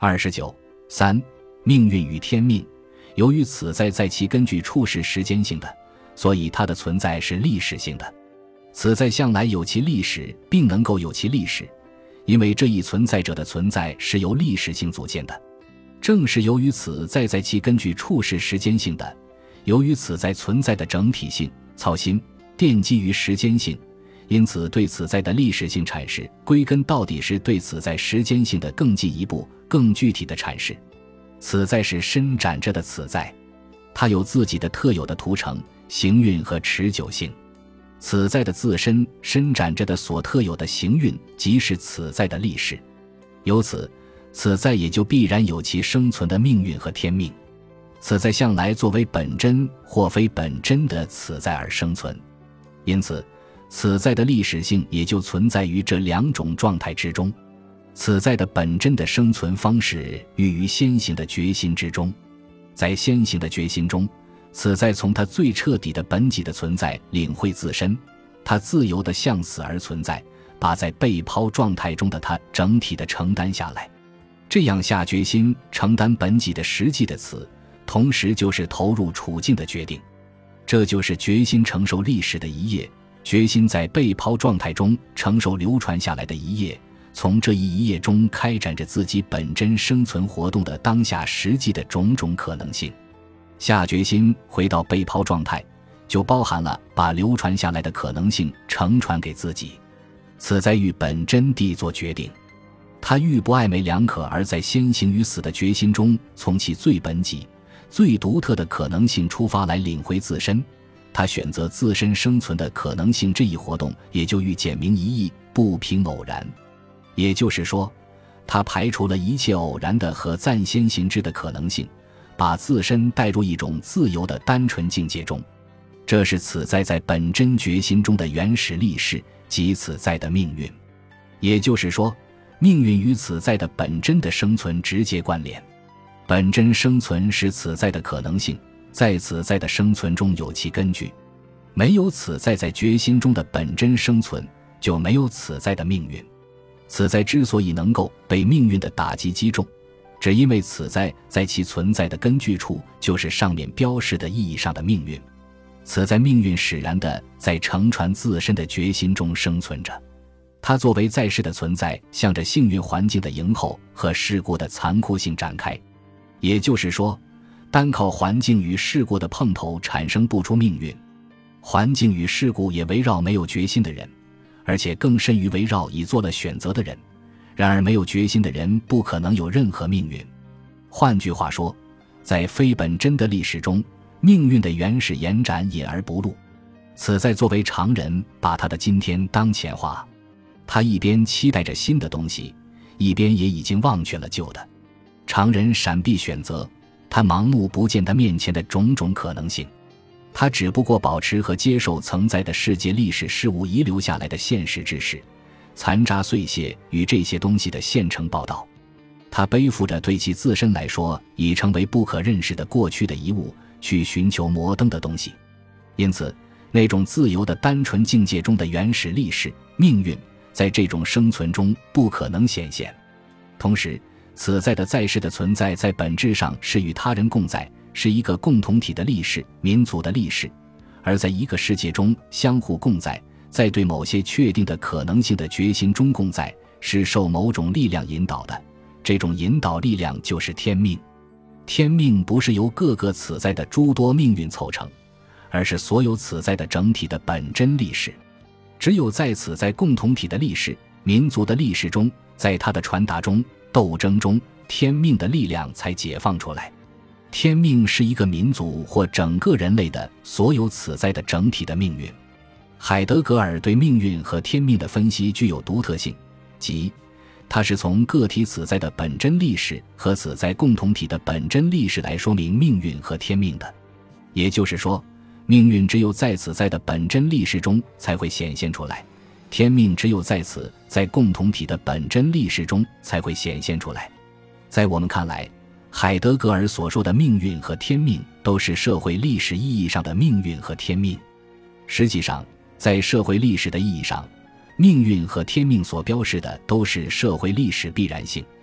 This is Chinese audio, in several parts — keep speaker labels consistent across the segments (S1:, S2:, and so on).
S1: 29.3命运与天命。由于此在在其根据处是时间性的，所以它的存在是历史性的。此在向来有其历史，并能够有其历史，因为这一存在者的存在是由历史性组建的。正是由于此在在其根据处是时间性的，由于此在存在的整体性、操心、奠基于时间性，因此对此在的历史性阐释归根到底是对此在时间性的更进一步、更具体的阐释。此在是伸展着的此在，它有自己的特有的图成、行运和持久性。此在的自身伸展着的所特有的行运即是此在的历史，由此此在也就必然有其生存的命运和天命。此在向来作为本真或非本真的此在而生存，因此此在的历史性也就存在于这两种状态之中。此在的本真的生存方式寓于先行的决心之中，在先行的决心中，此在从它最彻底的本己的存在领会自身，它自由地向死而存在，把在被抛状态中的它整体的承担下来。这样下决心承担本己的实际的词，同时就是投入处境的决定。这就是决心承受历史的一页，决心在被抛状态中承受流传下来的一页，从这一页中开展着自己本真生存活动的当下实际的种种可能性。下决心回到被抛状态，就包含了把流传下来的可能性承传给自己。此在于本真地做决定，他欲不暧昧两可，而在先行于死的决心中，从其最本己、最独特的可能性出发来领会自身。他选择自身生存的可能性这一活动，也就欲简明一义，不凭偶然。也就是说，他排除了一切偶然的和暂先行之的可能性，把自身带入一种自由的单纯境界中。这是此在在本真决心中的原始历史及此在的命运。也就是说，命运与此在的本真的生存直接关联。本真生存是此在的可能性，在此在的生存中有其根据。没有此在在决心中的本真生存，就没有此在的命运。此在之所以能够被命运的打击击中，只因为此在在其存在的根据处就是上面标示的意义上的命运。此在命运使然地在承传自身的决心中生存着，它作为在世的存在，向着幸运环境的迎候和事故的残酷性展开。也就是说，单靠环境与事故的碰头产生不出命运，环境与事故也围绕没有决心的人，而且更甚于围绕已做了选择的人。然而没有决心的人不可能有任何命运。换句话说，在非本真的历史中，命运的原始延展隐而不露。此在作为常人把他的今天当前化，他一边期待着新的东西，一边也已经忘却了旧的。常人闪避选择，他盲目不见他面前的种种可能性。他只不过保持和接受曾在的世界历史事物遗留下来的现实知识，残渣碎屑与这些东西的现成报道。他背负着对其自身来说已成为不可认识的过去的遗物，去寻求摩登的东西。因此，那种自由的单纯境界中的原始历史命运，在这种生存中不可能显现。同时，此在的在世的存在在本质上是与他人共在，是一个共同体的历史，民族的历史，而在一个世界中相互共在，在对某些确定的可能性的决心中共在，是受某种力量引导的。这种引导力量就是天命。天命不是由各个此在的诸多命运凑成，而是所有此在的整体的本真历史。只有在此在共同体的历史、民族的历史中，在它的传达中、斗争中，天命的力量才解放出来。天命是一个民族或整个人类的所有此在的整体的命运。海德格尔对命运和天命的分析具有独特性，即它是从个体此在的本真历史和此在共同体的本真历史来说明命运和天命的。也就是说，命运只有在此在的本真历史中才会显现出来，天命只有在此在共同体的本真历史中才会显现出来。在我们看来，海德格尔所说的命运和天命都是社会历史意义上的命运和天命。实际上，在社会历史的意义上，命运和天命所标示的都是社会历史必然性。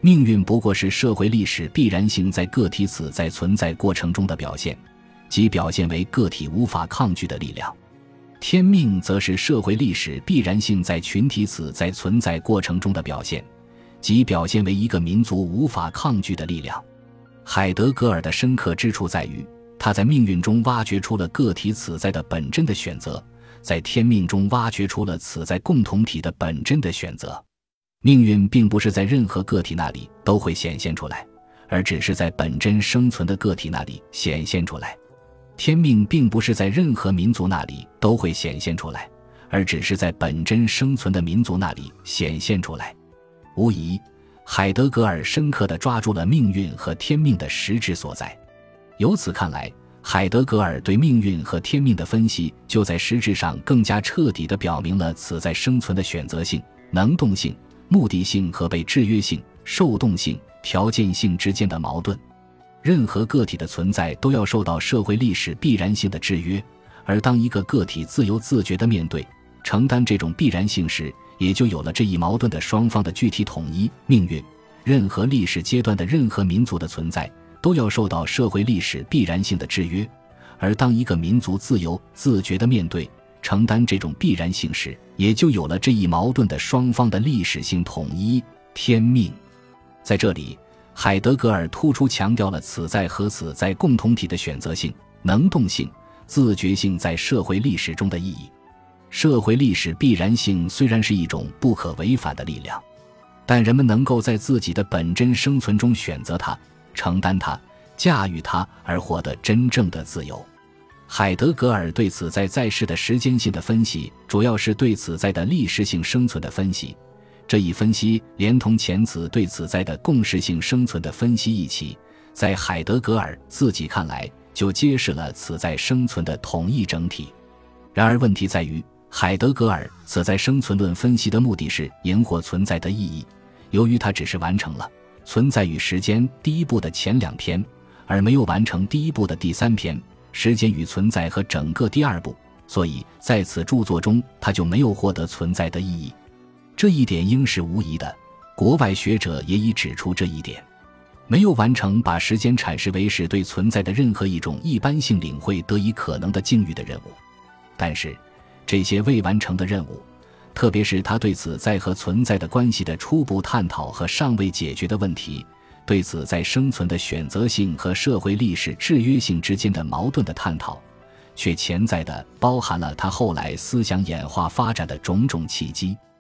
S1: 命运不过是社会历史必然性在个体此在存在过程中的表现，即表现为个体无法抗拒的力量。天命则是社会历史必然性在群体此在存在过程中的表现，即表现为一个民族无法抗拒的力量。海德格尔的深刻之处在于，他在命运中挖掘出了个体此在的本真的选择，在天命中挖掘出了此在共同体的本真的选择。命运并不是在任何个体那里都会显现出来，而只是在本真生存的个体那里显现出来。天命并不是在任何民族那里都会显现出来，而只是在本真生存的民族那里显现出来。无疑，海德格尔深刻地抓住了命运和天命的实质所在。由此看来，海德格尔对命运和天命的分析就在实质上更加彻底地表明了此在生存的选择性、能动性、目的性和被制约性、受动性、条件性之间的矛盾。任何个体的存在都要受到社会历史必然性的制约，而当一个个体自由自觉地面对、承担这种必然性时，也就有了这一矛盾的双方的具体统一。命运，任何历史阶段的任何民族的存在都要受到社会历史必然性的制约，而当一个民族自由自觉地面对、承担这种必然性时，也就有了这一矛盾的双方的历史性统一。天命，在这里，海德格尔突出强调了此在和此在共同体的选择性、能动性、自觉性在社会历史中的意义。社会历史必然性虽然是一种不可违反的力量，但人们能够在自己的本真生存中选择它、承担它、驾驭它，而获得真正的自由。海德格尔对此在世的时间性的分析，主要是对此在的历史性生存的分析。这一分析连同前此对此在的共识性生存的分析一起，在海德格尔自己看来就揭示了此在生存的统一整体。然而问题在于，海德格尔此在生存论分析的目的是赢获存在的意义，由于他只是完成了存在与时间第一部的前2篇，而没有完成第一部的第3篇，时间与存在和整个第2部，所以在此著作中他就没有获得存在的意义。这一点应是无疑的，国外学者也已指出这一点。没有完成把时间阐释为是对存在的任何一种一般性领会得以可能的境遇的任务。但是这些未完成的任务，特别是他对此在和存在的关系的初步探讨和尚未解决的问题，对此在生存的选择性和社会历史制约性之间的矛盾的探讨，却潜在地包含了他后来思想演化发展的种种契机。